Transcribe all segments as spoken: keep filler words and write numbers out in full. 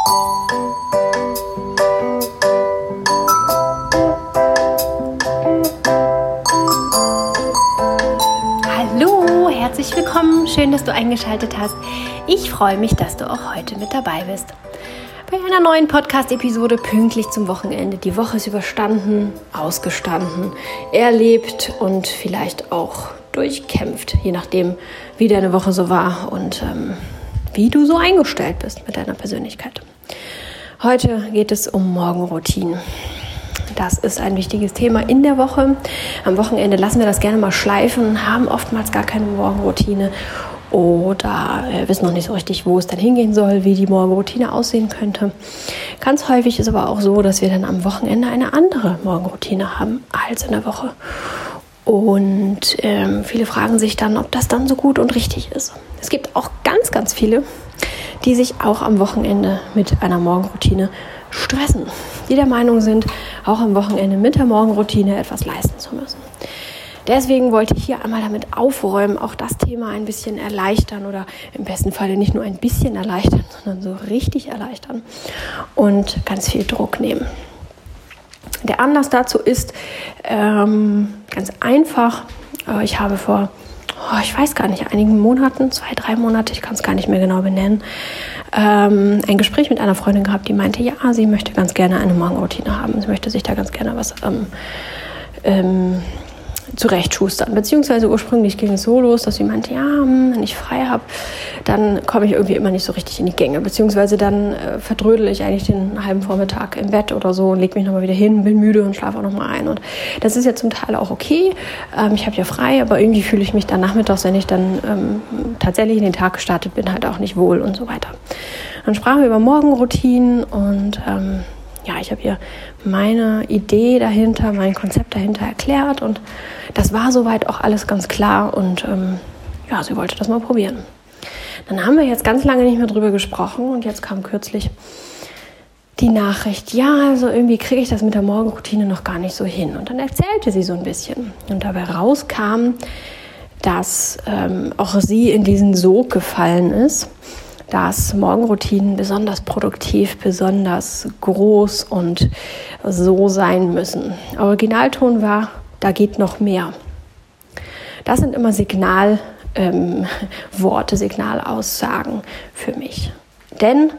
Hallo, herzlich willkommen. Schön, dass du eingeschaltet hast. Ich freue mich, dass du auch heute mit dabei bist. Bei einer neuen Podcast-Episode pünktlich zum Wochenende. Die Woche ist überstanden, ausgestanden, erlebt und vielleicht auch durchkämpft, je nachdem, wie deine Woche so war und ähm, wie du so eingestellt bist mit deiner Persönlichkeit. Heute geht es um Morgenroutinen. Das ist ein wichtiges Thema in der Woche. Am Wochenende lassen wir das gerne mal schleifen, haben oftmals gar keine Morgenroutine oder äh, wissen noch nicht so richtig, wo es dann hingehen soll, wie die Morgenroutine aussehen könnte. Ganz häufig ist aber auch so, dass wir dann am Wochenende eine andere Morgenroutine haben als in der Woche. Und ähm, viele fragen sich dann, ob das dann so gut und richtig ist. Es gibt auch ganz, ganz viele, die sich auch am Wochenende mit einer Morgenroutine stressen, die der Meinung sind, auch am Wochenende mit der Morgenroutine etwas leisten zu müssen. Deswegen wollte ich hier einmal damit aufräumen, auch das Thema ein bisschen erleichtern oder im besten Falle nicht nur ein bisschen erleichtern, sondern so richtig erleichtern und ganz viel Druck nehmen. Der Anlass dazu ist ähm, ganz einfach. Äh, ich habe vor, oh, ich weiß gar nicht, einigen Monaten, zwei, drei Monate, ich kann es gar nicht mehr genau benennen, ähm, ein Gespräch mit einer Freundin gehabt, die meinte, ja, sie möchte ganz gerne eine Morgenroutine haben. Sie möchte sich da ganz gerne was ähm, ähm, zurechtschustern. Beziehungsweise ursprünglich ging es so los, dass sie meinte, ja, wenn ich frei habe, dann komme ich irgendwie immer nicht so richtig in die Gänge. Beziehungsweise dann äh, verdrödel ich eigentlich den halben Vormittag im Bett oder so und lege mich nochmal wieder hin, bin müde und schlafe auch nochmal ein. Und das ist ja zum Teil auch okay. Ähm, ich habe ja frei, aber irgendwie fühle ich mich dann nachmittags, wenn ich dann ähm, tatsächlich in den Tag gestartet bin, halt auch nicht wohl und so weiter. Dann sprachen wir über Morgenroutinen und ähm, ja, ich habe ihr meine Idee dahinter, mein Konzept dahinter erklärt und das war soweit auch alles ganz klar und ähm, ja, sie wollte das mal probieren. Dann haben wir jetzt ganz lange nicht mehr drüber gesprochen und jetzt kam kürzlich die Nachricht, ja, also irgendwie kriege ich das mit der Morgenroutine noch gar nicht so hin. Und dann erzählte sie so ein bisschen und dabei rauskam, dass ähm, auch sie in diesen Sog gefallen ist, dass Morgenroutinen besonders produktiv, besonders groß und so sein müssen. Originalton war, da geht noch mehr. Das sind immer Signalworte, ähm, Signalaussagen für mich. Denn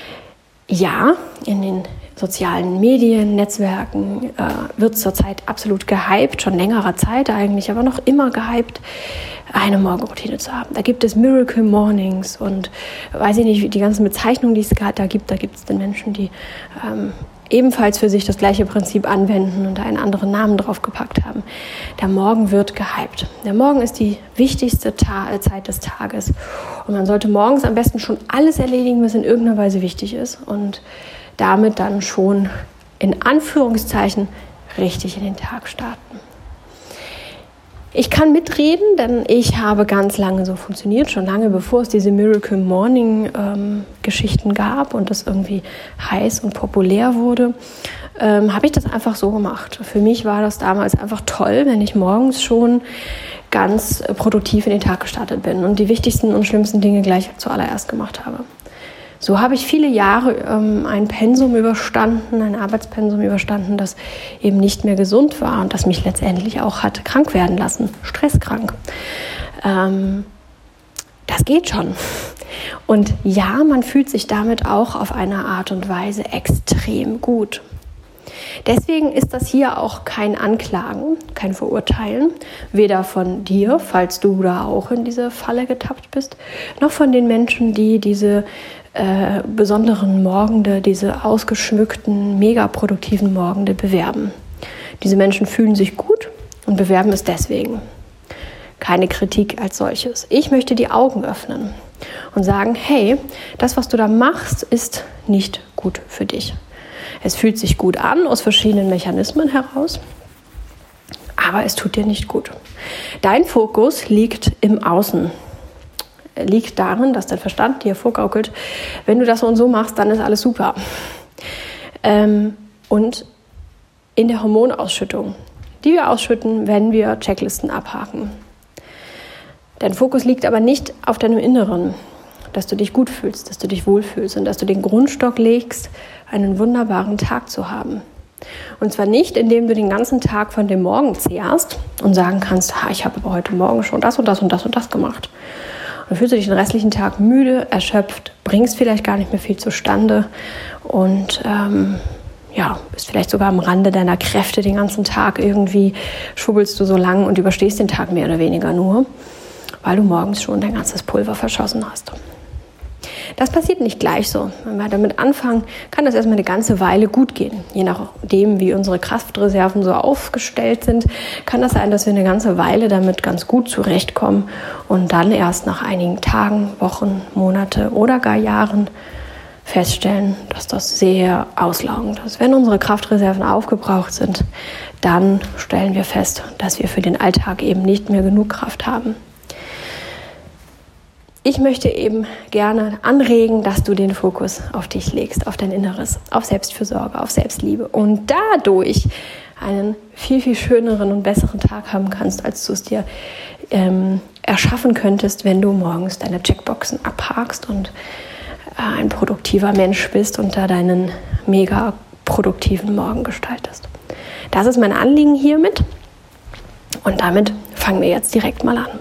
ja, in den sozialen Medien, Netzwerken äh, wird zurzeit absolut gehypt, schon längerer Zeit eigentlich, aber noch immer gehypt, eine Morgenroutine zu haben. Da gibt es Miracle Mornings und weiß ich nicht, die ganzen Bezeichnungen, die es gerade da gibt, da gibt es den Menschen, die ähm, ebenfalls für sich das gleiche Prinzip anwenden und da einen anderen Namen draufgepackt haben. Der Morgen wird gehypt. Der Morgen ist die wichtigste Ta- Zeit des Tages und man sollte morgens am besten schon alles erledigen, was in irgendeiner Weise wichtig ist und damit dann schon in Anführungszeichen richtig in den Tag starten. Ich kann mitreden, denn ich habe ganz lange so funktioniert, schon lange bevor es diese Miracle Morning ähm, Geschichten gab und das irgendwie heiß und populär wurde, ähm, habe ich das einfach so gemacht. Für mich war das damals einfach toll, wenn ich morgens schon ganz produktiv in den Tag gestartet bin und die wichtigsten und schlimmsten Dinge gleich zuallererst gemacht habe. So habe ich viele Jahre ähm, ein Pensum überstanden, ein Arbeitspensum überstanden, das eben nicht mehr gesund war und das mich letztendlich auch hat krank werden lassen, stresskrank. Ähm, das geht schon. Und ja, man fühlt sich damit auch auf eine Art und Weise extrem gut. Deswegen ist das hier auch kein Anklagen, kein Verurteilen, weder von dir, falls du da auch in diese Falle getappt bist, noch von den Menschen, die diese äh, besonderen Morgende, diese ausgeschmückten, mega produktiven Morgende bewerben. Diese Menschen fühlen sich gut und bewerben es deswegen. Keine Kritik als solches. Ich möchte die Augen öffnen und sagen, hey, das, was du da machst, ist nicht gut für dich. Es fühlt sich gut an, aus verschiedenen Mechanismen heraus, aber es tut dir nicht gut. Dein Fokus liegt im Außen. Er liegt darin, dass dein Verstand dir vorgaukelt, wenn du das so und so machst, dann ist alles super. Ähm, und in der Hormonausschüttung, die wir ausschütten, wenn wir Checklisten abhaken. Dein Fokus liegt aber nicht auf deinem Inneren, dass du dich gut fühlst, dass du dich wohlfühlst und dass du den Grundstock legst, einen wunderbaren Tag zu haben. Und zwar nicht, indem du den ganzen Tag von dem Morgen zehrst und sagen kannst, ha, ich habe aber heute Morgen schon das und das und das und das gemacht. Und dann fühlst du dich den restlichen Tag müde, erschöpft, bringst vielleicht gar nicht mehr viel zustande und ähm, ja, bist vielleicht sogar am Rande deiner Kräfte den ganzen Tag. Irgendwie schwubbelst du so lang und überstehst den Tag mehr oder weniger nur, weil du morgens schon dein ganzes Pulver verschossen hast. Das passiert nicht gleich so. Wenn wir damit anfangen, kann das erstmal eine ganze Weile gut gehen. Je nachdem, wie unsere Kraftreserven so aufgestellt sind, kann das sein, dass wir eine ganze Weile damit ganz gut zurechtkommen und dann erst nach einigen Tagen, Wochen, Monate oder gar Jahren feststellen, dass das sehr auslaugend ist. Wenn unsere Kraftreserven aufgebraucht sind, dann stellen wir fest, dass wir für den Alltag eben nicht mehr genug Kraft haben. Ich möchte eben gerne anregen, dass du den Fokus auf dich legst, auf dein Inneres, auf Selbstfürsorge, auf Selbstliebe und dadurch einen viel, viel schöneren und besseren Tag haben kannst, als du es dir ähm, erschaffen könntest, wenn du morgens deine Checkboxen abhakst und äh, ein produktiver Mensch bist und da deinen mega produktiven Morgen gestaltest. Das ist mein Anliegen hiermit und damit fangen wir jetzt direkt mal an.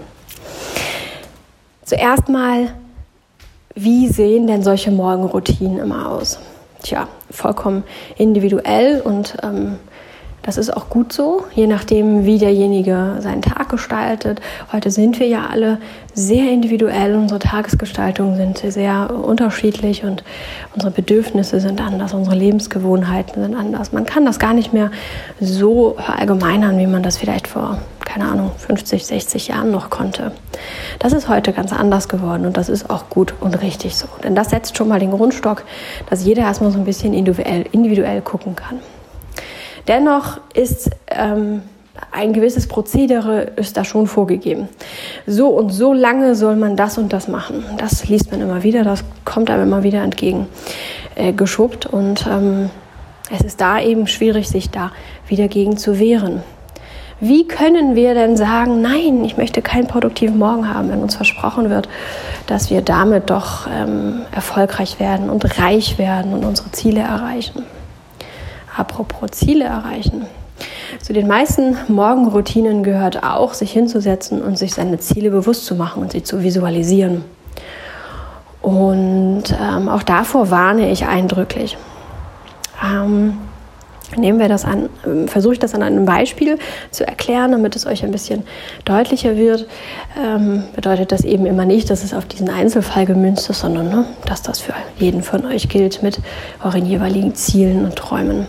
Zuerst mal, wie sehen denn solche Morgenroutinen immer aus? Tja, vollkommen individuell und ähm, das ist auch gut so, je nachdem, wie derjenige seinen Tag gestaltet. Heute sind wir ja alle sehr individuell, unsere Tagesgestaltungen sind sehr unterschiedlich und unsere Bedürfnisse sind anders, unsere Lebensgewohnheiten sind anders. Man kann das gar nicht mehr so verallgemeinern, wie man das vielleicht vor, keine Ahnung, fünfzig, sechzig Jahren noch konnte. Das ist heute ganz anders geworden und das ist auch gut und richtig so. Denn das setzt schon mal den Grundstock, dass jeder erstmal so ein bisschen individuell, individuell gucken kann. Dennoch ist ähm, ein gewisses Prozedere ist da schon vorgegeben. So und so lange soll man das und das machen. Das liest man immer wieder, das kommt einem immer wieder entgegen äh, geschubbt und ähm, es ist da eben schwierig, sich da wieder gegen zu wehren. Wie können wir denn sagen, nein, ich möchte keinen produktiven Morgen haben, wenn uns versprochen wird, dass wir damit doch ähm, erfolgreich werden und reich werden und unsere Ziele erreichen? Apropos Ziele erreichen. Zu den meisten Morgenroutinen gehört auch, sich hinzusetzen und sich seine Ziele bewusst zu machen und sie zu visualisieren. Und ähm, auch davor warne ich eindrücklich. Ähm, nehmen wir das an, versuche ich das an einem Beispiel zu erklären, damit es euch ein bisschen deutlicher wird. Ähm, bedeutet das eben immer nicht, dass es auf diesen Einzelfall gemünzt ist, sondern ne, dass das für jeden von euch gilt mit euren jeweiligen Zielen und Träumen.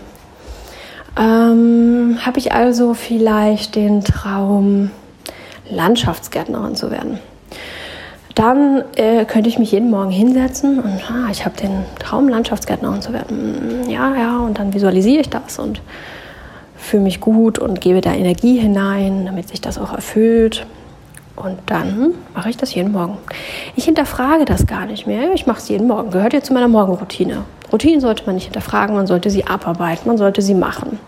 Ähm, habe ich also vielleicht den Traum, Landschaftsgärtnerin zu werden. Dann äh, könnte ich mich jeden Morgen hinsetzen und ah, ich habe den Traum, Landschaftsgärtnerin zu werden. Ja, ja, und dann visualisiere ich das und fühle mich gut und gebe da Energie hinein, damit sich das auch erfüllt. Und dann mache ich das jeden Morgen. Ich hinterfrage das gar nicht mehr. Ich mache es jeden Morgen. Gehört ja zu meiner Morgenroutine. Routinen sollte man nicht hinterfragen, man sollte sie abarbeiten, man sollte sie machen.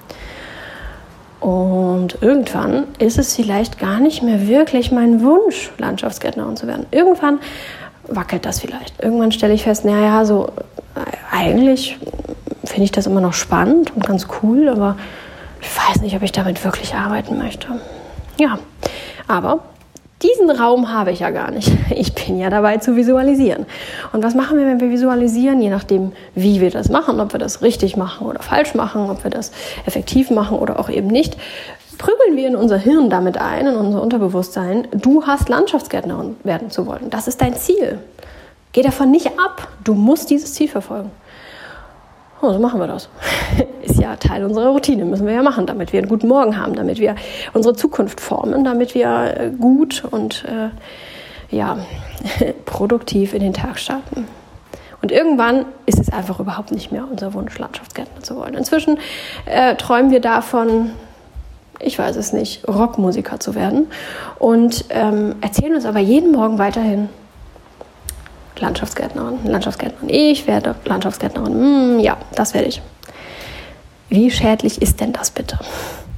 Und irgendwann ist es vielleicht gar nicht mehr wirklich mein Wunsch, Landschaftsgärtnerin zu werden. Irgendwann wackelt das vielleicht. Irgendwann stelle ich fest, naja, so eigentlich finde ich das immer noch spannend und ganz cool, aber ich weiß nicht, ob ich damit wirklich arbeiten möchte. Ja, aber diesen Raum habe ich ja gar nicht. Ich bin ja dabei zu visualisieren. Und was machen wir, wenn wir visualisieren? Je nachdem, wie wir das machen, ob wir das richtig machen oder falsch machen, ob wir das effektiv machen oder auch eben nicht, prügeln wir in unser Hirn damit ein, in unser Unterbewusstsein, du hast Landschaftsgärtnerin werden zu wollen. Das ist dein Ziel. Geh davon nicht ab. Du musst dieses Ziel verfolgen. Oh, so machen wir das. Ist ja Teil unserer Routine, müssen wir ja machen, damit wir einen guten Morgen haben, damit wir unsere Zukunft formen, damit wir gut und äh, ja, produktiv in den Tag starten. Und irgendwann ist es einfach überhaupt nicht mehr unser Wunsch, Landschaftsgärtner zu wollen. Inzwischen äh, träumen wir davon, ich weiß es nicht, Rockmusiker zu werden und ähm, erzählen uns aber jeden Morgen weiterhin, Landschaftsgärtnerin, Landschaftsgärtnerin, ich werde Landschaftsgärtnerin, hm, ja, das werde ich. Wie schädlich ist denn das bitte?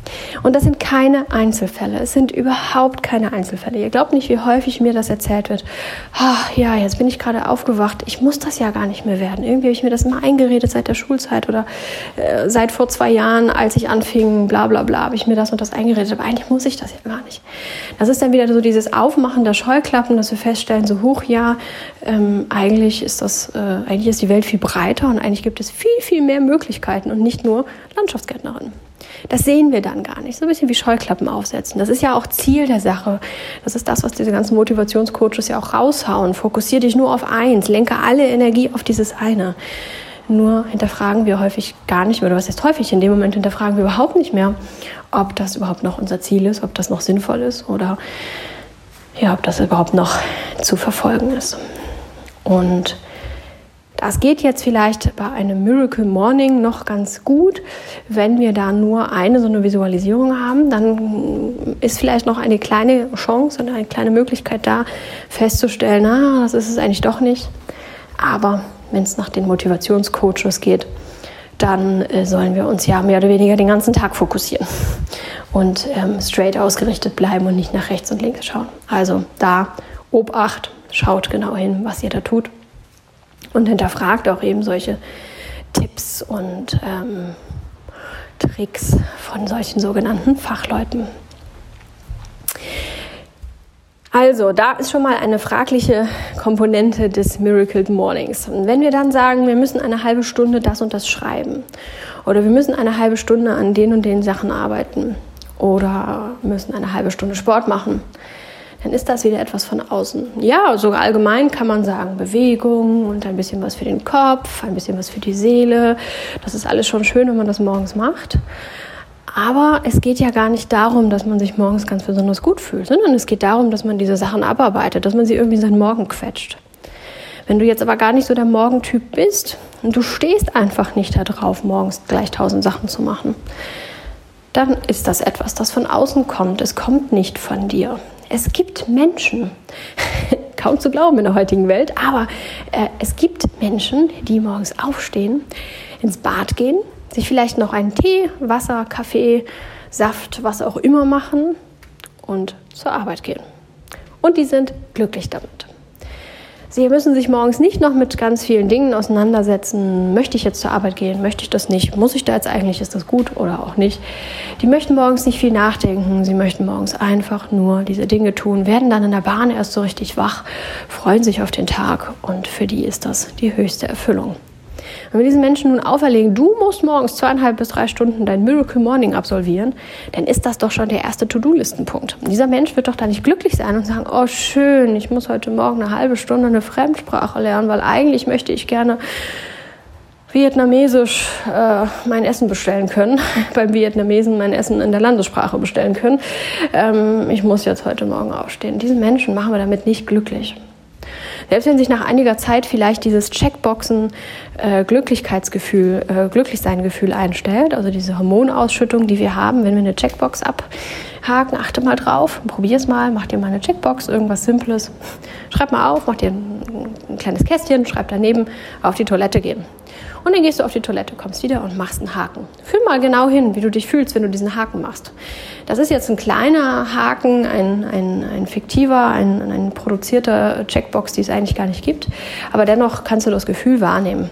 Und das sind keine Einzelfälle. Es sind überhaupt keine Einzelfälle. Ihr glaubt nicht, wie häufig mir das erzählt wird. Ach ja, jetzt bin ich gerade aufgewacht. Ich muss das ja gar nicht mehr werden. Irgendwie habe ich mir das immer eingeredet seit der Schulzeit oder äh, seit vor zwei Jahren, als ich anfing, bla bla bla, habe ich mir das und das eingeredet. Aber eigentlich muss ich das ja gar nicht. Das ist dann wieder so dieses Aufmachen der Scheuklappen, dass wir feststellen, so hoch, ja, ähm, eigentlich ist das, äh, eigentlich ist die Welt viel breiter und eigentlich gibt es viel, viel mehr Möglichkeiten und nicht nur Landschaftsgärtnerin. Das sehen wir dann gar nicht. So ein bisschen wie Scheuklappen aufsetzen. Das ist ja auch Ziel der Sache. Das ist das, was diese ganzen Motivationscoaches ja auch raushauen. Fokussier dich nur auf eins, lenke alle Energie auf dieses eine. Nur hinterfragen wir häufig gar nicht mehr, oder was heißt häufig? In dem Moment hinterfragen wir überhaupt nicht mehr, ob das überhaupt noch unser Ziel ist, ob das noch sinnvoll ist oder ja, ob das überhaupt noch zu verfolgen ist. Und das geht jetzt vielleicht bei einem Miracle Morning noch ganz gut. Wenn wir da nur eine so eine Visualisierung haben, dann ist vielleicht noch eine kleine Chance und eine kleine Möglichkeit da, festzustellen, na, das ist es eigentlich doch nicht. Aber wenn es nach den Motivationscoaches geht, dann äh, sollen wir uns ja mehr oder weniger den ganzen Tag fokussieren und ähm, straight ausgerichtet bleiben und nicht nach rechts und links schauen. Also da Obacht, schaut genau hin, was ihr da tut. Und hinterfragt auch eben solche Tipps und ähm, Tricks von solchen sogenannten Fachleuten. Also, da ist schon mal eine fragliche Komponente des Miracle Mornings. Und wenn wir dann sagen, wir müssen eine halbe Stunde das und das schreiben oder wir müssen eine halbe Stunde an den und den Sachen arbeiten oder müssen eine halbe Stunde Sport machen, dann ist das wieder etwas von außen. Ja, sogar allgemein kann man sagen, Bewegung und ein bisschen was für den Kopf, ein bisschen was für die Seele. Das ist alles schon schön, wenn man das morgens macht. Aber es geht ja gar nicht darum, dass man sich morgens ganz besonders gut fühlt, sondern es geht darum, dass man diese Sachen abarbeitet, dass man sie irgendwie in seinen Morgen quetscht. Wenn du jetzt aber gar nicht so der Morgentyp bist und du stehst einfach nicht da drauf, morgens gleich tausend Sachen zu machen, dann ist das etwas, das von außen kommt. Es kommt nicht von dir. Es gibt Menschen, kaum zu glauben in der heutigen Welt, aber äh, es gibt Menschen, die morgens aufstehen, ins Bad gehen, sich vielleicht noch einen Tee, Wasser, Kaffee, Saft, was auch immer machen und zur Arbeit gehen. Und die sind glücklich damit. Sie müssen sich morgens nicht noch mit ganz vielen Dingen auseinandersetzen. Möchte ich jetzt zur Arbeit gehen? Möchte ich das nicht? Muss ich da jetzt eigentlich? Ist das gut oder auch nicht? Die möchten morgens nicht viel nachdenken. Sie möchten morgens einfach nur diese Dinge tun, werden dann in der Bahn erst so richtig wach, freuen sich auf den Tag und für die ist das die höchste Erfüllung. Wenn wir diesen Menschen nun auferlegen, du musst morgens zweieinhalb bis drei Stunden dein Miracle Morning absolvieren, dann ist das doch schon der erste To-Do-Listenpunkt. Und dieser Mensch wird doch da nicht glücklich sein und sagen, oh schön, ich muss heute Morgen eine halbe Stunde eine Fremdsprache lernen, weil eigentlich möchte ich gerne vietnamesisch äh, mein Essen bestellen können, beim Vietnamesen mein Essen in der Landessprache bestellen können. Ähm, ich muss jetzt heute Morgen aufstehen. Diesen Menschen machen wir damit nicht glücklich. Selbst wenn sich nach einiger Zeit vielleicht dieses Checkboxen äh, Glücklichkeitsgefühl, äh, Glücklichsein-Gefühl einstellt, also diese Hormonausschüttung, die wir haben, wenn wir eine Checkbox abhaken, achte mal drauf, probier es mal, mach dir mal eine Checkbox, irgendwas Simples, schreib mal auf, mach dir ein, ein kleines Kästchen, schreib daneben, auf die Toilette gehen. Und dann gehst du auf die Toilette, kommst wieder und machst einen Haken. Fühl mal genau hin, wie du dich fühlst, wenn du diesen Haken machst. Das ist jetzt ein kleiner Haken, ein, ein, ein fiktiver, ein, ein produzierter Checkbox, die es eigentlich gar nicht gibt. Aber dennoch kannst du das Gefühl wahrnehmen.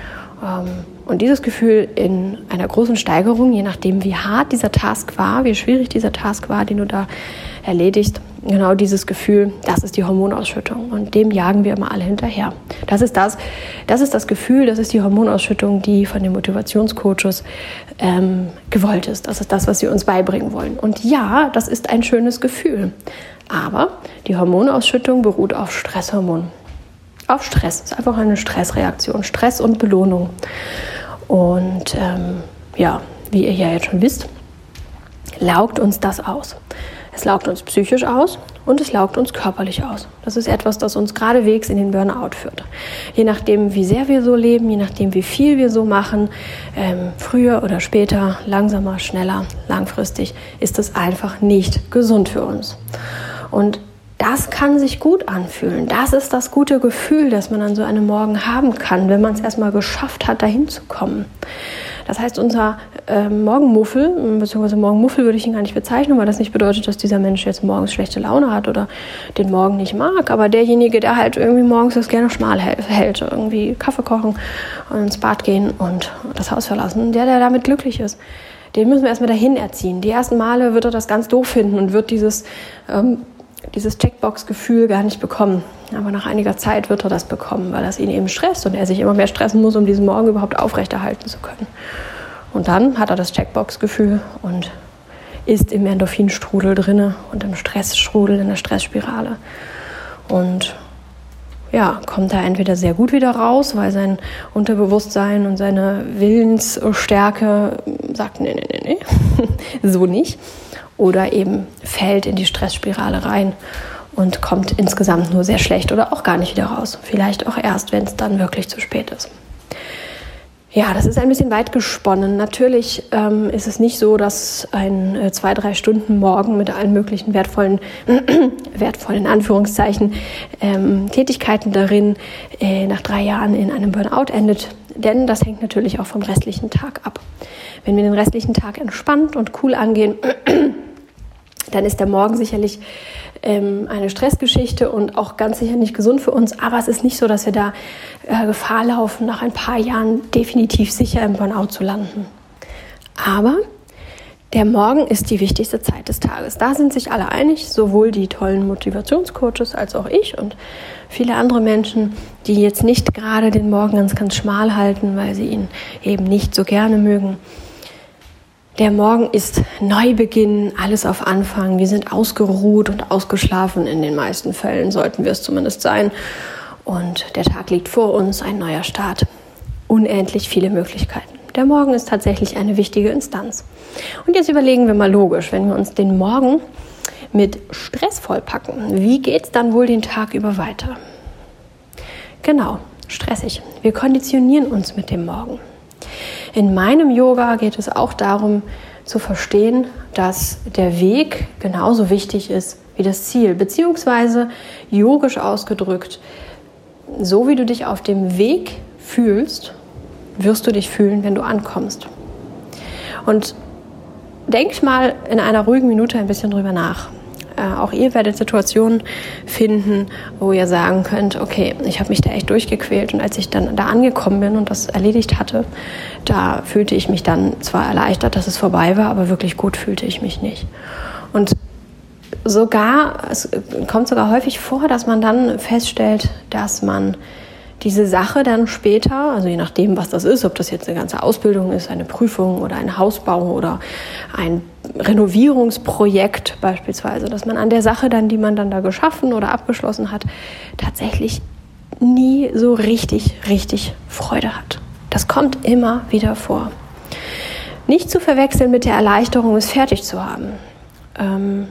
Und dieses Gefühl in einer großen Steigerung, je nachdem wie hart dieser Task war, wie schwierig dieser Task war, den du da erledigst, genau dieses Gefühl, das ist die Hormonausschüttung und dem jagen wir immer alle hinterher. Das ist das, das ist das Gefühl, das ist die Hormonausschüttung, die von den Motivationscoaches ähm, gewollt ist. Das ist das, was sie uns beibringen wollen. Und ja, das ist ein schönes Gefühl, aber die Hormonausschüttung beruht auf Stresshormonen. Auf Stress, das ist einfach eine Stressreaktion, Stress und Belohnung. Und ähm, ja, wie ihr ja jetzt schon wisst, laugt uns das aus. Es laugt uns psychisch aus und es laugt uns körperlich aus. Das ist etwas, das uns geradewegs in den Burnout führt. Je nachdem, wie sehr wir so leben, je nachdem, wie viel wir so machen, ähm, früher oder später, langsamer, schneller, langfristig, ist es einfach nicht gesund für uns. Und das kann sich gut anfühlen. Das ist das gute Gefühl, das man an so einem Morgen haben kann, wenn man es erstmal geschafft hat, dahin zu kommen. Das heißt, unser äh, Morgenmuffel, beziehungsweise Morgenmuffel würde ich ihn gar nicht bezeichnen, weil das nicht bedeutet, dass dieser Mensch jetzt morgens schlechte Laune hat oder den Morgen nicht mag, aber derjenige, der halt irgendwie morgens das gerne schmal hält, irgendwie Kaffee kochen und ins Bad gehen und das Haus verlassen, der, der damit glücklich ist, den müssen wir erstmal dahin erziehen. Die ersten Male wird er das ganz doof finden und wird dieses, ähm, dieses Checkbox-Gefühl gar nicht bekommen. Aber nach einiger Zeit wird er das bekommen, weil das ihn eben stresst und er sich immer mehr stressen muss, um diesen Morgen überhaupt aufrechterhalten zu können. Und dann hat er das Checkbox-Gefühl und ist im Endorphinstrudel drinne und im Stressstrudel, in der Stressspirale. Und ja, kommt er entweder sehr gut wieder raus, weil sein Unterbewusstsein und seine Willensstärke sagt, nee, nee, nee, nee, so nicht. Oder eben fällt in die Stressspirale rein und kommt insgesamt nur sehr schlecht oder auch gar nicht wieder raus. Vielleicht auch erst, wenn es dann wirklich zu spät ist. Ja, das ist ein bisschen weit gesponnen. Natürlich ähm, ist es nicht so, dass ein äh, zwei, drei Stunden Morgen mit allen möglichen wertvollen, wertvollen Anführungszeichen, ähm, Tätigkeiten darin äh, nach drei Jahren in einem Burnout endet. Denn das hängt natürlich auch vom restlichen Tag ab. Wenn wir den restlichen Tag entspannt und cool angehen, dann ist der Morgen sicherlich ähm, eine Stressgeschichte und auch ganz sicher nicht gesund für uns. Aber es ist nicht so, dass wir da äh, Gefahr laufen, nach ein paar Jahren definitiv sicher im Burnout zu landen. Aber der Morgen ist die wichtigste Zeit des Tages. Da sind sich alle einig, sowohl die tollen Motivationscoaches als auch ich und viele andere Menschen, die jetzt nicht gerade den Morgen ganz, ganz schmal halten, weil sie ihn eben nicht so gerne mögen. Der Morgen ist Neubeginn, alles auf Anfang. Wir sind ausgeruht und ausgeschlafen. In den meisten Fällen sollten wir es zumindest sein. Und der Tag liegt vor uns, ein neuer Start. Unendlich viele Möglichkeiten. Der Morgen ist tatsächlich eine wichtige Instanz. Und jetzt überlegen wir mal logisch, wenn wir uns den Morgen mit Stress vollpacken, wie geht es dann wohl den Tag über weiter? Genau, stressig. Wir konditionieren uns mit dem Morgen. In meinem Yoga geht es auch darum, zu verstehen, dass der Weg genauso wichtig ist wie das Ziel. Beziehungsweise yogisch ausgedrückt, so wie du dich auf dem Weg fühlst, wirst du dich fühlen, wenn du ankommst. Und denk mal in einer ruhigen Minute ein bisschen drüber nach. Äh, auch ihr werdet Situationen finden, wo ihr sagen könnt, okay, ich habe mich da echt durchgequält und als ich dann da angekommen bin und das erledigt hatte, da fühlte ich mich dann zwar erleichtert, dass es vorbei war, aber wirklich gut fühlte ich mich nicht. Und sogar, es kommt sogar häufig vor, dass man dann feststellt, dass man diese Sache dann später, also je nachdem, was das ist, ob das jetzt eine ganze Ausbildung ist, eine Prüfung oder ein Hausbau oder ein Renovierungsprojekt beispielsweise, dass man an der Sache dann, die man dann da geschaffen oder abgeschlossen hat, tatsächlich nie so richtig, richtig Freude hat. Das kommt immer wieder vor. Nicht zu verwechseln mit der Erleichterung, es fertig zu haben. Ähm,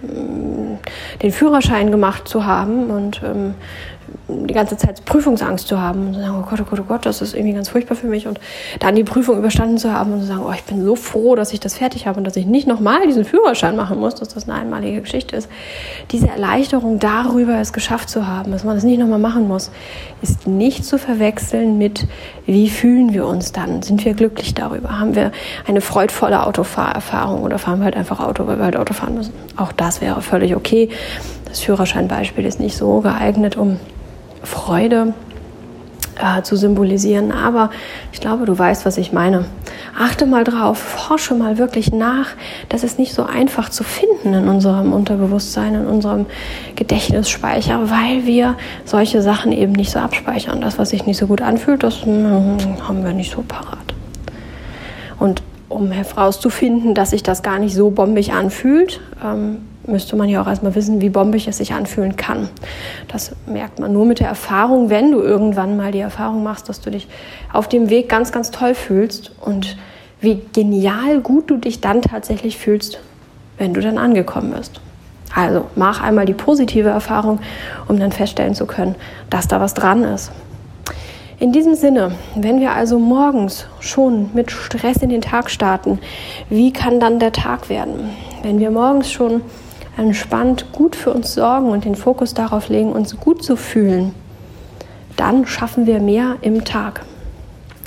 den Führerschein gemacht zu haben und ähm, die ganze Zeit Prüfungsangst zu haben und zu sagen, oh Gott, oh Gott, oh Gott, das ist irgendwie ganz furchtbar für mich und dann die Prüfung überstanden zu haben und zu sagen, oh, ich bin so froh, dass ich das fertig habe und dass ich nicht nochmal diesen Führerschein machen muss, dass das eine einmalige Geschichte ist. Diese Erleichterung darüber, es geschafft zu haben, dass man das nicht nochmal machen muss, ist nicht zu verwechseln mit, wie fühlen wir uns dann? Sind wir glücklich darüber? Haben wir eine freudvolle Autofahrerfahrung oder fahren wir halt einfach Auto, weil wir halt Auto fahren müssen? Auch das wäre völlig okay. Das Führerscheinbeispiel ist nicht so geeignet, um Freude äh, zu symbolisieren, aber ich glaube, du weißt, was ich meine. Achte mal drauf, forsche mal wirklich nach. Das ist nicht so einfach zu finden in unserem Unterbewusstsein, in unserem Gedächtnisspeicher, weil wir solche Sachen eben nicht so abspeichern. Das, was sich nicht so gut anfühlt, das hm, haben wir nicht so parat. Und um herauszufinden, dass sich das gar nicht so bombig anfühlt, ähm, müsste man ja auch erstmal wissen, wie bombig es sich anfühlen kann. Das merkt man nur mit der Erfahrung, wenn du irgendwann mal die Erfahrung machst, dass du dich auf dem Weg ganz, ganz toll fühlst und wie genial gut du dich dann tatsächlich fühlst, wenn du dann angekommen bist. Also mach einmal die positive Erfahrung, um dann feststellen zu können, dass da was dran ist. In diesem Sinne, wenn wir also morgens schon mit Stress in den Tag starten, wie kann dann der Tag werden? Wenn wir morgens schon entspannt gut für uns sorgen und den Fokus darauf legen, uns gut zu fühlen, dann schaffen wir mehr im Tag.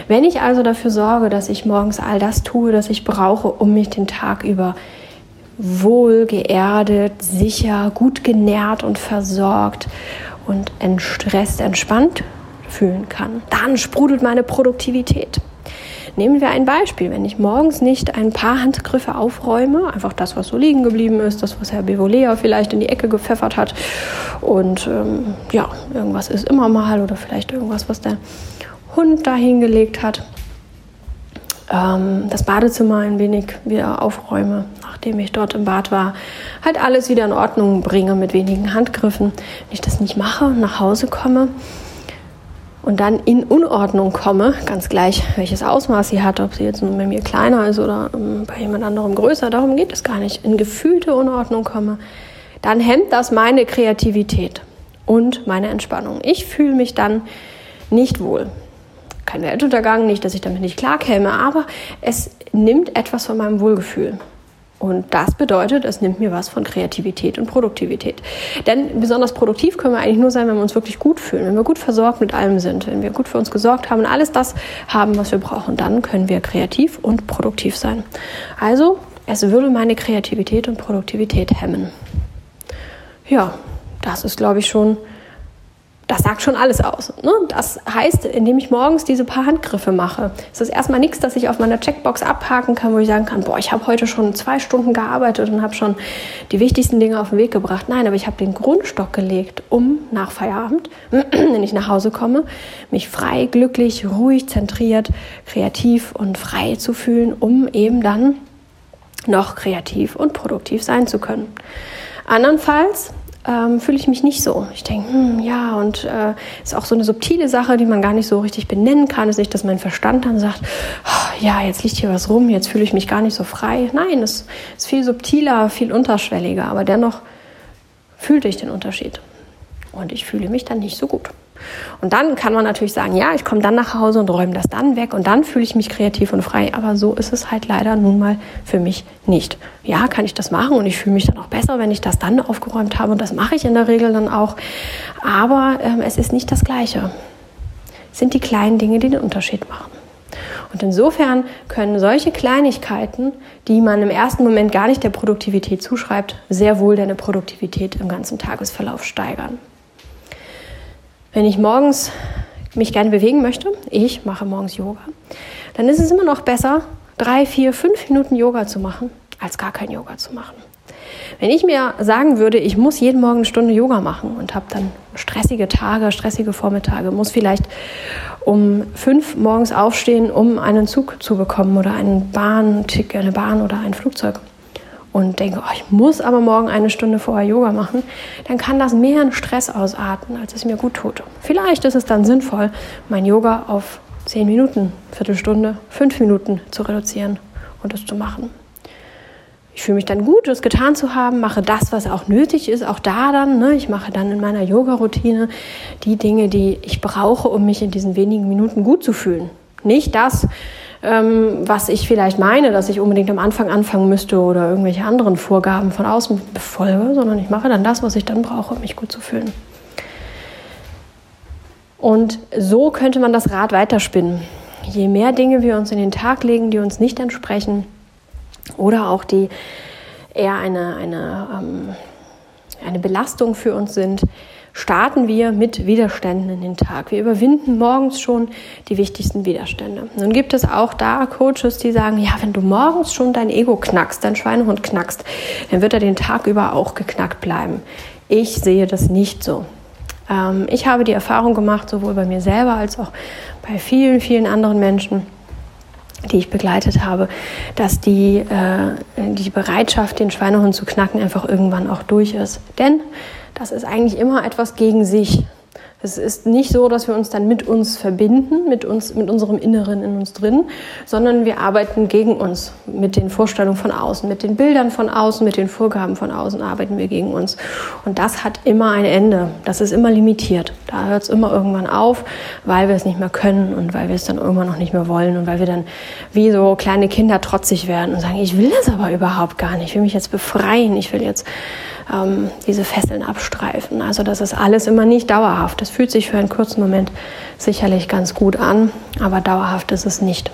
Wenn ich also dafür sorge, dass ich morgens all das tue, das ich brauche, um mich den Tag über wohl, geerdet, sicher, gut genährt und versorgt und entstresst, entspannt fühlen kann, dann sprudelt meine Produktivität. Nehmen wir ein Beispiel. Wenn ich morgens nicht ein paar Handgriffe aufräume, einfach das, was so liegen geblieben ist, das, was Herr Bevolea vielleicht in die Ecke gepfeffert hat und ähm, ja, irgendwas ist immer mal oder vielleicht irgendwas, was der Hund da hingelegt hat, ähm, das Badezimmer ein wenig wieder aufräume, nachdem ich dort im Bad war, halt alles wieder in Ordnung bringe mit wenigen Handgriffen. Wenn ich das nicht mache und nach Hause komme, und dann in Unordnung komme, ganz gleich, welches Ausmaß sie hat, ob sie jetzt bei mir kleiner ist oder um, bei jemand anderem größer, darum geht es gar nicht, in gefühlte Unordnung komme, dann hemmt das meine Kreativität und meine Entspannung. Ich fühle mich dann nicht wohl. Kein Weltuntergang, nicht, dass ich damit nicht klarkäme, aber es nimmt etwas von meinem Wohlgefühl. Und das bedeutet, es nimmt mir was von Kreativität und Produktivität. Denn besonders produktiv können wir eigentlich nur sein, wenn wir uns wirklich gut fühlen, wenn wir gut versorgt mit allem sind, wenn wir gut für uns gesorgt haben und alles das haben, was wir brauchen. Dann können wir kreativ und produktiv sein. Also, es würde meine Kreativität und Produktivität hemmen. Ja, das ist, glaube ich, schon... Das sagt schon alles aus. Ne? Das heißt, indem ich morgens diese paar Handgriffe mache, ist das erstmal nichts, das ich auf meiner Checkbox abhaken kann, wo ich sagen kann, boah, ich habe heute schon zwei Stunden gearbeitet und habe schon die wichtigsten Dinge auf den Weg gebracht. Nein, aber ich habe den Grundstock gelegt, um nach Feierabend, wenn ich nach Hause komme, mich frei, glücklich, ruhig, zentriert, kreativ und frei zu fühlen, um eben dann noch kreativ und produktiv sein zu können. Andernfalls Ähm, fühle ich mich nicht so. Ich denke, hm, ja, und äh, ist auch so eine subtile Sache, die man gar nicht so richtig benennen kann. Es ist nicht, dass mein Verstand dann sagt, oh, ja, jetzt liegt hier was rum, jetzt fühle ich mich gar nicht so frei. Nein, es ist viel subtiler, viel unterschwelliger, aber dennoch fühlte ich den Unterschied. Und ich fühle mich dann nicht so gut. Und dann kann man natürlich sagen, ja, ich komme dann nach Hause und räume das dann weg und dann fühle ich mich kreativ und frei. Aber so ist es halt leider nun mal für mich nicht. Ja, kann ich das machen und ich fühle mich dann auch besser, wenn ich das dann aufgeräumt habe. Und das mache ich in der Regel dann auch. Aber ähm, es ist nicht das Gleiche. Es sind die kleinen Dinge, die den Unterschied machen. Und insofern können solche Kleinigkeiten, die man im ersten Moment gar nicht der Produktivität zuschreibt, sehr wohl deine Produktivität im ganzen Tagesverlauf steigern. Wenn ich morgens mich gerne bewegen möchte, ich mache morgens Yoga, dann ist es immer noch besser, drei, vier, fünf Minuten Yoga zu machen, als gar kein Yoga zu machen. Wenn ich mir sagen würde, ich muss jeden Morgen eine Stunde Yoga machen und habe dann stressige Tage, stressige Vormittage, muss vielleicht um fünf morgens aufstehen, um einen Zug zu bekommen oder einen Bahnticket, eine Bahn oder ein Flugzeug, und denke, oh, ich muss aber morgen eine Stunde vorher Yoga machen, dann kann das mehr in Stress ausarten, als es mir gut tut. Vielleicht ist es dann sinnvoll, mein Yoga auf zehn Minuten, Viertelstunde, fünf Minuten zu reduzieren und es zu machen. Ich fühle mich dann gut, das getan zu haben, mache das, was auch nötig ist, auch da dann. Ne? Ich mache dann in meiner Yoga-Routine die Dinge, die ich brauche, um mich in diesen wenigen Minuten gut zu fühlen. Nicht das, ähm, was ich vielleicht meine, dass ich unbedingt am Anfang anfangen müsste oder irgendwelche anderen Vorgaben von außen befolge, sondern ich mache dann das, was ich dann brauche, um mich gut zu fühlen. Und so könnte man das Rad weiterspinnen. Je mehr Dinge wir uns in den Tag legen, die uns nicht entsprechen oder auch die eher eine, eine, ähm, eine Belastung für uns sind, starten wir mit Widerständen in den Tag. Wir überwinden morgens schon die wichtigsten Widerstände. Nun gibt es auch da Coaches, die sagen, ja, wenn du morgens schon dein Ego knackst, dein Schweinehund knackst, dann wird er den Tag über auch geknackt bleiben. Ich sehe das nicht so. Ähm, ich habe die Erfahrung gemacht, sowohl bei mir selber als auch bei vielen, vielen anderen Menschen, die ich begleitet habe, dass die, äh, die Bereitschaft, den Schweinehund zu knacken, einfach irgendwann auch durch ist. Denn das ist eigentlich immer etwas gegen sich. Es ist nicht so, dass wir uns dann mit uns verbinden, mit uns, mit unserem Inneren in uns drin, sondern wir arbeiten gegen uns mit den Vorstellungen von außen, mit den Bildern von außen, mit den Vorgaben von außen arbeiten wir gegen uns. Und das hat immer ein Ende. Das ist immer limitiert. Da hört es immer irgendwann auf, weil wir es nicht mehr können und weil wir es dann irgendwann noch nicht mehr wollen und weil wir dann wie so kleine Kinder trotzig werden und sagen, ich will das aber überhaupt gar nicht. Ich will mich jetzt befreien. Ich will jetzt ähm, diese Fesseln abstreifen. Also das ist alles immer nicht dauerhaft. Das fühlt sich für einen kurzen Moment sicherlich ganz gut an, aber dauerhaft ist es nicht.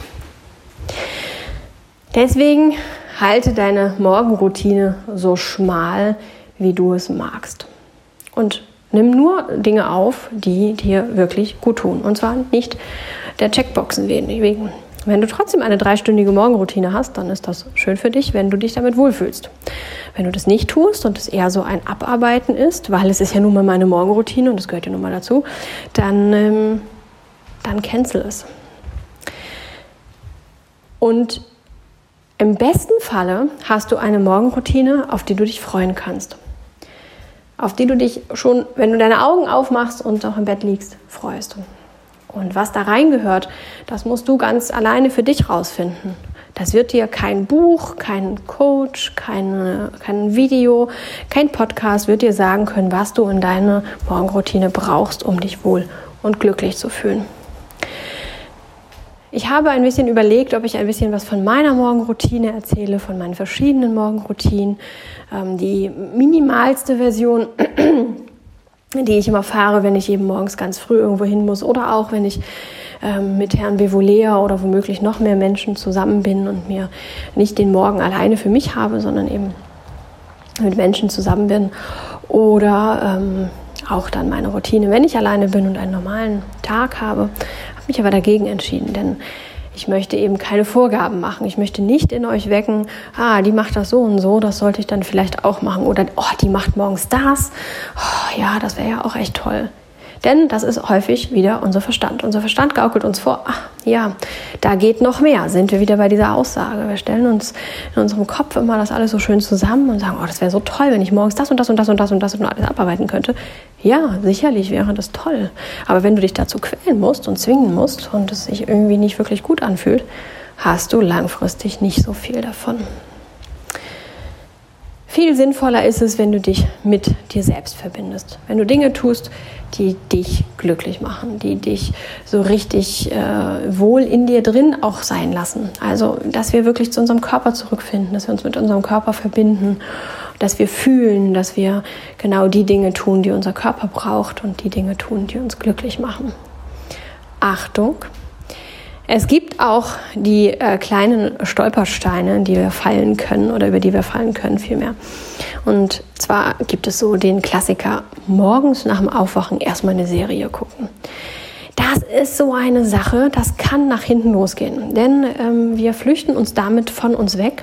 Deswegen halte deine Morgenroutine so schmal, wie du es magst. Und nimm nur Dinge auf, die dir wirklich gut tun. Und zwar nicht der Checkboxen wegen. Wenn du trotzdem eine dreistündige Morgenroutine hast, dann ist das schön für dich, wenn du dich damit wohlfühlst. Wenn du das nicht tust und es eher so ein Abarbeiten ist, weil es ist ja nun mal meine Morgenroutine und das gehört ja nun mal dazu, dann, ähm, dann cancel es. Und im besten Falle hast du eine Morgenroutine, auf die du dich freuen kannst. Auf die du dich schon, wenn du deine Augen aufmachst und auch im Bett liegst, freust. Und was da reingehört, das musst du ganz alleine für dich rausfinden. Das wird dir kein Buch, kein Coach, kein, kein Video, kein Podcast wird dir sagen können, was du in deiner Morgenroutine brauchst, um dich wohl und glücklich zu fühlen. Ich habe ein bisschen überlegt, ob ich ein bisschen was von meiner Morgenroutine erzähle, von meinen verschiedenen Morgenroutinen. Ähm, die minimalste Version, die ich immer fahre, wenn ich eben morgens ganz früh irgendwo hin muss oder auch wenn ich ähm, mit Herrn Bevolea oder womöglich noch mehr Menschen zusammen bin und mir nicht den Morgen alleine für mich habe, sondern eben mit Menschen zusammen bin oder ähm, auch dann meine Routine, wenn ich alleine bin und einen normalen Tag habe. Habe mich aber dagegen entschieden, denn ich möchte eben keine Vorgaben machen. Ich möchte nicht in euch wecken, ah, die macht das so und so, das sollte ich dann vielleicht auch machen. Oder, oh, die macht morgens das. Oh, ja, das wäre ja auch echt toll. Denn das ist häufig wieder unser Verstand. Unser Verstand gaukelt uns vor, ach ja, da geht noch mehr. Sind wir wieder bei dieser Aussage. Wir stellen uns in unserem Kopf immer das alles so schön zusammen und sagen, oh, das wäre so toll, wenn ich morgens das und das und das und das und das und alles abarbeiten könnte. Ja, sicherlich wäre das toll. Aber wenn du dich dazu quälen musst und zwingen musst und es sich irgendwie nicht wirklich gut anfühlt, hast du langfristig nicht so viel davon. Viel sinnvoller ist es, wenn du dich mit dir selbst verbindest. Wenn du Dinge tust, die dich glücklich machen, die dich so richtig äh, wohl in dir drin auch sein lassen. Also, dass wir wirklich zu unserem Körper zurückfinden, dass wir uns mit unserem Körper verbinden, dass wir fühlen, dass wir genau die Dinge tun, die unser Körper braucht und die Dinge tun, die uns glücklich machen. Achtung! Es gibt auch die äh, kleinen Stolpersteine, die wir fallen können oder über die wir fallen können vielmehr. Und zwar gibt es so den Klassiker, morgens nach dem Aufwachen erstmal eine Serie gucken. Das ist so eine Sache, das kann nach hinten losgehen, denn ähm, wir flüchten uns damit von uns weg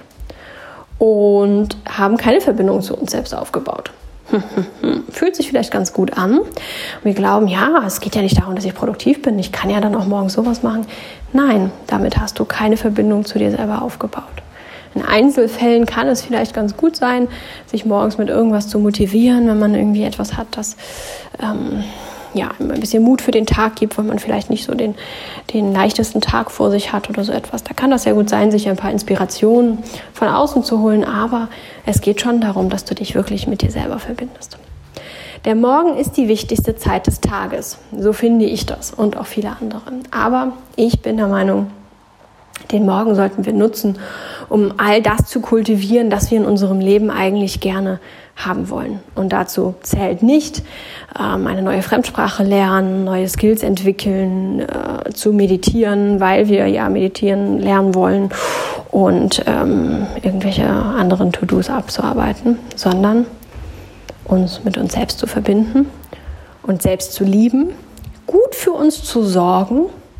und haben keine Verbindung zu uns selbst aufgebaut. Fühlt sich vielleicht ganz gut an. Wir glauben, ja, es geht ja nicht darum, dass ich produktiv bin. Ich kann ja dann auch morgens sowas machen. Nein, damit hast du keine Verbindung zu dir selber aufgebaut. In Einzelfällen kann es vielleicht ganz gut sein, sich morgens mit irgendwas zu motivieren, wenn man irgendwie etwas hat, das ähm, ja, ein bisschen Mut für den Tag gibt, weil man vielleicht nicht so den, den leichtesten Tag vor sich hat oder so etwas. Da kann das sehr gut sein, sich ein paar Inspirationen von außen zu holen, aber es geht schon darum, dass du dich wirklich mit dir selber verbindest. Der Morgen ist die wichtigste Zeit des Tages, so finde ich das und auch viele andere. Aber ich bin der Meinung, den Morgen sollten wir nutzen, um all das zu kultivieren, das wir in unserem Leben eigentlich gerne haben wollen. Und dazu zählt nicht ähm, eine neue Fremdsprache lernen, neue Skills entwickeln, äh, zu meditieren, weil wir ja meditieren lernen wollen und ähm, irgendwelche anderen To-Dos abzuarbeiten, sondern uns mit uns selbst zu verbinden, uns selbst zu lieben, gut für uns zu sorgen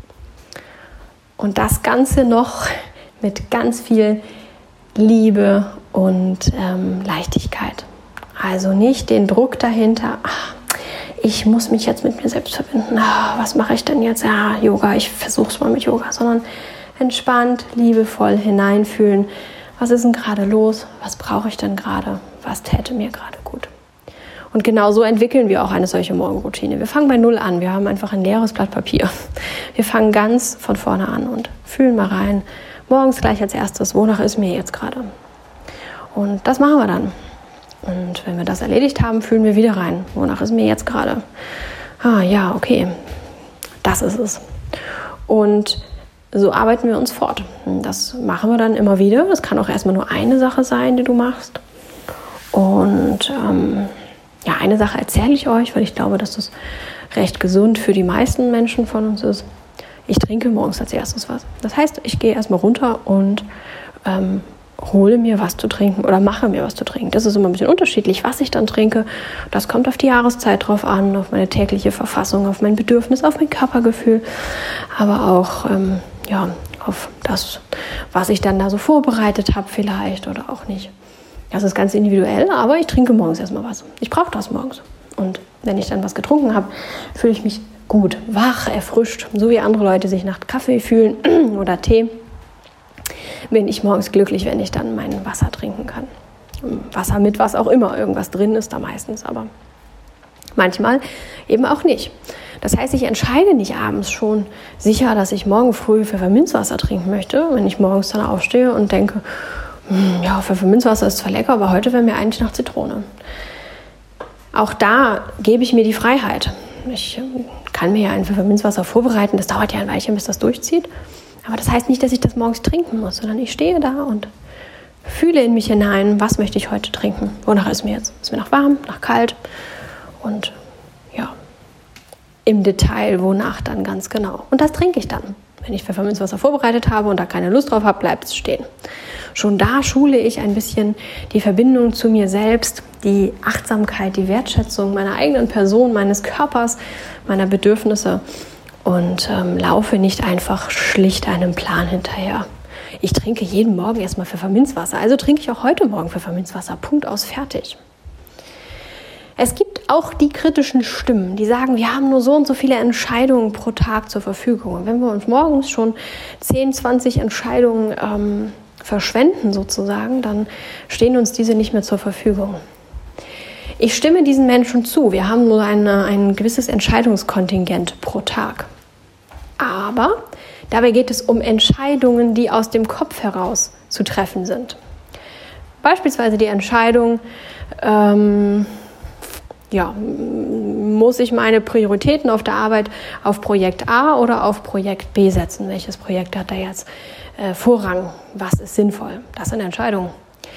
und das Ganze noch mit ganz viel Liebe und ähm, Leichtigkeit. Also nicht den Druck dahinter, ach, ich muss mich jetzt mit mir selbst verbinden, ach, was mache ich denn jetzt? Ja, Yoga, ich versuche es mal mit Yoga, sondern entspannt, liebevoll hineinfühlen, was ist denn gerade los, was brauche ich denn gerade, was täte mir gerade gut. Und genau so entwickeln wir auch eine solche Morgenroutine. Wir fangen bei Null an, wir haben einfach ein leeres Blatt Papier. Wir fangen ganz von vorne an und fühlen mal rein, morgens gleich als erstes, wonach ist mir jetzt gerade? Und das machen wir dann. Und wenn wir das erledigt haben, fühlen wir wieder rein, wonach ist mir jetzt gerade? Ah ja, okay, das ist es. Und so arbeiten wir uns fort. Das machen wir dann immer wieder. Das kann auch erstmal nur eine Sache sein, die du machst. Und ähm, ja, eine Sache erzähle ich euch, weil ich glaube, dass das recht gesund für die meisten Menschen von uns ist. Ich trinke morgens als erstes was. Das heißt, ich gehe erstmal runter und ähm, hole mir was zu trinken oder mache mir was zu trinken. Das ist immer ein bisschen unterschiedlich, was ich dann trinke. Das kommt auf die Jahreszeit drauf an, auf meine tägliche Verfassung, auf mein Bedürfnis, auf mein Körpergefühl, aber auch ähm, ja, auf das, was ich dann da so vorbereitet habe vielleicht oder auch nicht. Das ist ganz individuell, aber ich trinke morgens erstmal was. Ich brauche das morgens. Und wenn ich dann was getrunken habe, fühle ich mich gut, wach, erfrischt, so wie andere Leute sich nach Kaffee fühlen oder Tee, bin ich morgens glücklich, wenn ich dann mein Wasser trinken kann. Wasser mit was auch immer, irgendwas drin ist da meistens, aber manchmal eben auch nicht. Das heißt, ich entscheide nicht abends schon sicher, dass ich morgen früh Pfefferminzwasser trinken möchte, wenn ich morgens dann aufstehe und denke, ja, Pfefferminzwasser ist zwar lecker, aber heute wäre mir eigentlich nach Zitrone. Auch da gebe ich mir die Freiheit. Ich kann mir ja ein Pfefferminzwasser vorbereiten, das dauert ja ein Weilchen, bis das durchzieht. Aber das heißt nicht, dass ich das morgens trinken muss, sondern ich stehe da und fühle in mich hinein, was möchte ich heute trinken, wonach ist mir jetzt? Ist mir nach warm, nach kalt und ja, im Detail, wonach dann ganz genau. Und das trinke ich dann. Wenn ich Pfefferminzwasser vorbereitet habe und da keine Lust drauf habe, bleibt es stehen. Schon da schule ich ein bisschen die Verbindung zu mir selbst, die Achtsamkeit, die Wertschätzung meiner eigenen Person, meines Körpers, meiner Bedürfnisse und ähm, laufe nicht einfach schlicht einem Plan hinterher. Ich trinke jeden Morgen erstmal Pfefferminzwasser, also trinke ich auch heute Morgen Pfefferminzwasser, Punkt aus, fertig. Es gibt auch die kritischen Stimmen, die sagen, wir haben nur so und so viele Entscheidungen pro Tag zur Verfügung. Und wenn wir uns morgens schon zehn, zwanzig Entscheidungen ähm, verschwenden sozusagen, dann stehen uns diese nicht mehr zur Verfügung. Ich stimme diesen Menschen zu. Wir haben nur eine, ein gewisses Entscheidungskontingent pro Tag. Aber dabei geht es um Entscheidungen, die aus dem Kopf heraus zu treffen sind. Beispielsweise die Entscheidung, ähm, ja, muss ich meine Prioritäten auf der Arbeit auf Projekt A oder auf Projekt B setzen? Welches Projekt hat da jetzt äh, Vorrang? Was ist sinnvoll? Das sind Entscheidungen.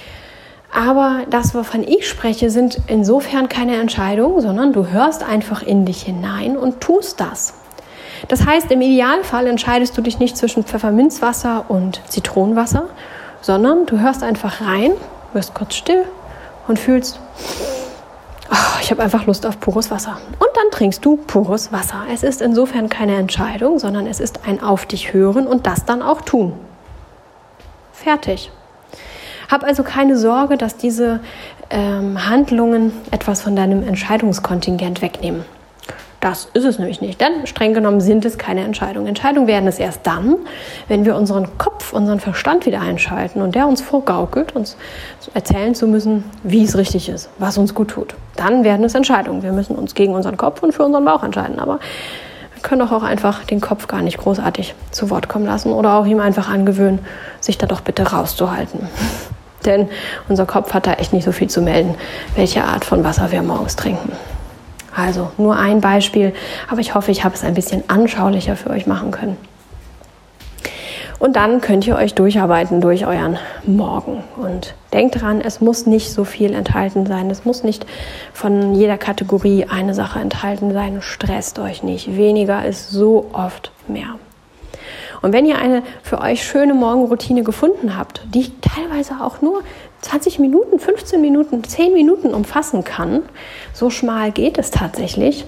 Aber das, wovon ich spreche, sind insofern keine Entscheidungen, sondern du hörst einfach in dich hinein und tust das. Das heißt, im Idealfall entscheidest du dich nicht zwischen Pfefferminzwasser und Zitronenwasser, sondern du hörst einfach rein, wirst kurz still und fühlst, oh, ich habe einfach Lust auf pures Wasser. Und dann trinkst du pures Wasser. Es ist insofern keine Entscheidung, sondern es ist ein Auf dich hören und das dann auch tun. Fertig. Hab also keine Sorge, dass diese ähm, Handlungen etwas von deinem Entscheidungskontingent wegnehmen. Das ist es nämlich nicht, denn streng genommen sind es keine Entscheidungen. Entscheidungen werden es erst dann, wenn wir unseren Kopf, unseren Verstand wieder einschalten und der uns vorgaukelt, uns erzählen zu müssen, wie es richtig ist, was uns gut tut. Dann werden es Entscheidungen. Wir müssen uns gegen unseren Kopf und für unseren Bauch entscheiden, aber wir können doch auch einfach den Kopf gar nicht großartig zu Wort kommen lassen oder auch ihm einfach angewöhnen, sich da doch bitte rauszuhalten. Denn unser Kopf hat da echt nicht so viel zu melden, welche Art von Wasser wir morgens trinken. Also nur ein Beispiel, aber ich hoffe, ich habe es ein bisschen anschaulicher für euch machen können. Und dann könnt ihr euch durcharbeiten durch euren Morgen. Und denkt dran, es muss nicht so viel enthalten sein. Es muss nicht von jeder Kategorie eine Sache enthalten sein. Stresst euch nicht. Weniger ist so oft mehr. Und wenn ihr eine für euch schöne Morgenroutine gefunden habt, die teilweise auch nur zwanzig Minuten, fünfzehn Minuten, zehn Minuten umfassen kann, so schmal geht es tatsächlich,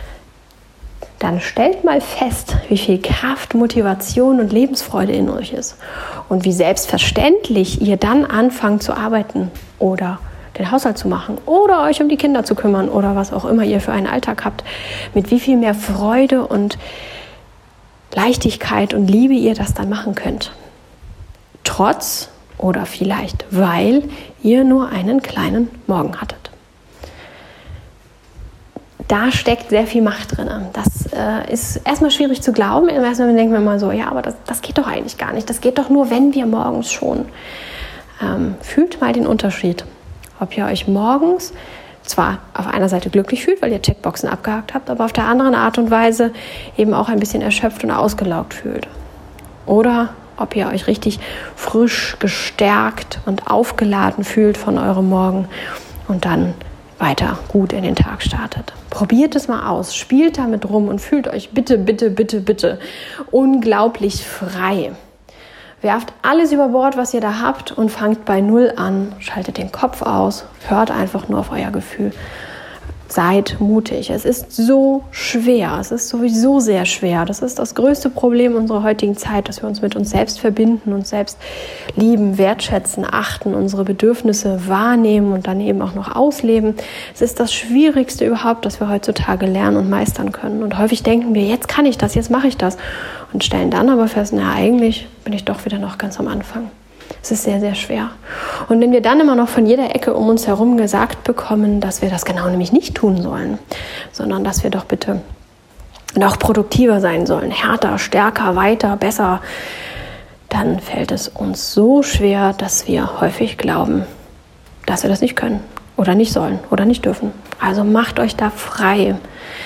dann stellt mal fest, wie viel Kraft, Motivation und Lebensfreude in euch ist und wie selbstverständlich ihr dann anfangt zu arbeiten oder den Haushalt zu machen oder euch um die Kinder zu kümmern oder was auch immer ihr für einen Alltag habt, mit wie viel mehr Freude und Leichtigkeit und Liebe ihr das dann machen könnt. Trotz oder vielleicht weil ihr nur einen kleinen Morgen hattet. Da steckt sehr viel Macht drin. Das äh, ist erstmal schwierig zu glauben. Erstmal denken wir mal so, ja, aber das, das geht doch eigentlich gar nicht. Das geht doch nur, wenn wir morgens schon. Ähm, fühlt mal den Unterschied. Ob ihr euch morgens zwar auf einer Seite glücklich fühlt, weil ihr Checkboxen abgehakt habt, aber auf der anderen Art und Weise eben auch ein bisschen erschöpft und ausgelaugt fühlt. Oder ob ihr euch richtig frisch, gestärkt und aufgeladen fühlt von eurem Morgen und dann weiter gut in den Tag startet. Probiert es mal aus, spielt damit rum und fühlt euch bitte, bitte, bitte, bitte unglaublich frei. Werft alles über Bord, was ihr da habt und fangt bei Null an. Schaltet den Kopf aus, hört einfach nur auf euer Gefühl. Seid mutig. Es ist so schwer. Es ist sowieso sehr schwer. Das ist das größte Problem unserer heutigen Zeit, dass wir uns mit uns selbst verbinden, uns selbst lieben, wertschätzen, achten, unsere Bedürfnisse wahrnehmen und dann eben auch noch ausleben. Es ist das Schwierigste überhaupt, das wir heutzutage lernen und meistern können. Und häufig denken wir, jetzt kann ich das, jetzt mache ich das. Und stellen dann aber fest, na, eigentlich bin ich doch wieder noch ganz am Anfang. Es ist sehr, sehr schwer. Und wenn wir dann immer noch von jeder Ecke um uns herum gesagt bekommen, dass wir das genau nämlich nicht tun sollen, sondern dass wir doch bitte noch produktiver sein sollen, härter, stärker, weiter, besser, dann fällt es uns so schwer, dass wir häufig glauben, dass wir das nicht können oder nicht sollen oder nicht dürfen. Also macht euch da frei.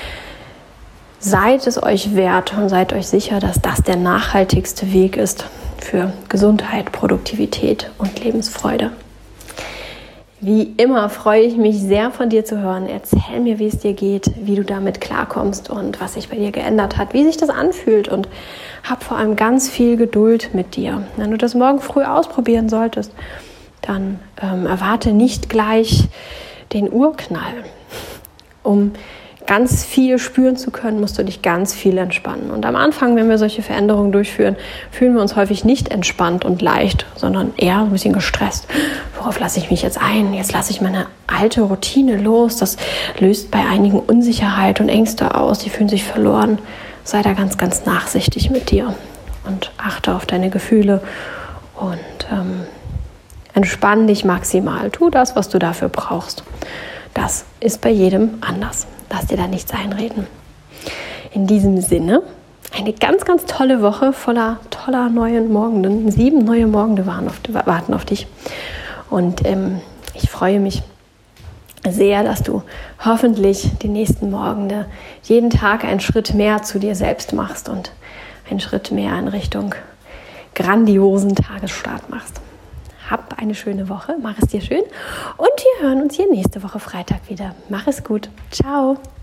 Seid es euch wert und seid euch sicher, dass das der nachhaltigste Weg ist für Gesundheit, Produktivität und Lebensfreude. Wie immer freue ich mich sehr, von dir zu hören. Erzähl mir, wie es dir geht, wie du damit klarkommst und was sich bei dir geändert hat, wie sich das anfühlt, und hab vor allem ganz viel Geduld mit dir. Wenn du das morgen früh ausprobieren solltest, dann ähm, erwarte nicht gleich den Urknall. Um ganz viel spüren zu können, musst du dich ganz viel entspannen. Und am Anfang, wenn wir solche Veränderungen durchführen, fühlen wir uns häufig nicht entspannt und leicht, sondern eher ein bisschen gestresst. Worauf lasse ich mich jetzt ein? Jetzt lasse ich meine alte Routine los. Das löst bei einigen Unsicherheit und Ängste aus. Die fühlen sich verloren. Sei da ganz, ganz nachsichtig mit dir und achte auf deine Gefühle und ähm, entspann dich maximal. Tu das, was du dafür brauchst. Das ist bei jedem anders. Lass dir da nichts einreden. In diesem Sinne, eine ganz, ganz tolle Woche voller toller neuen Morgenden. Sieben neue Morgende warten auf dich. Und ähm, ich freue mich sehr, dass du hoffentlich die nächsten Morgende jeden Tag einen Schritt mehr zu dir selbst machst und einen Schritt mehr in Richtung grandiosen Tagesstart machst. Hab eine schöne Woche, mach es dir schön und wir hören uns hier nächste Woche Freitag wieder. Mach es gut. Ciao.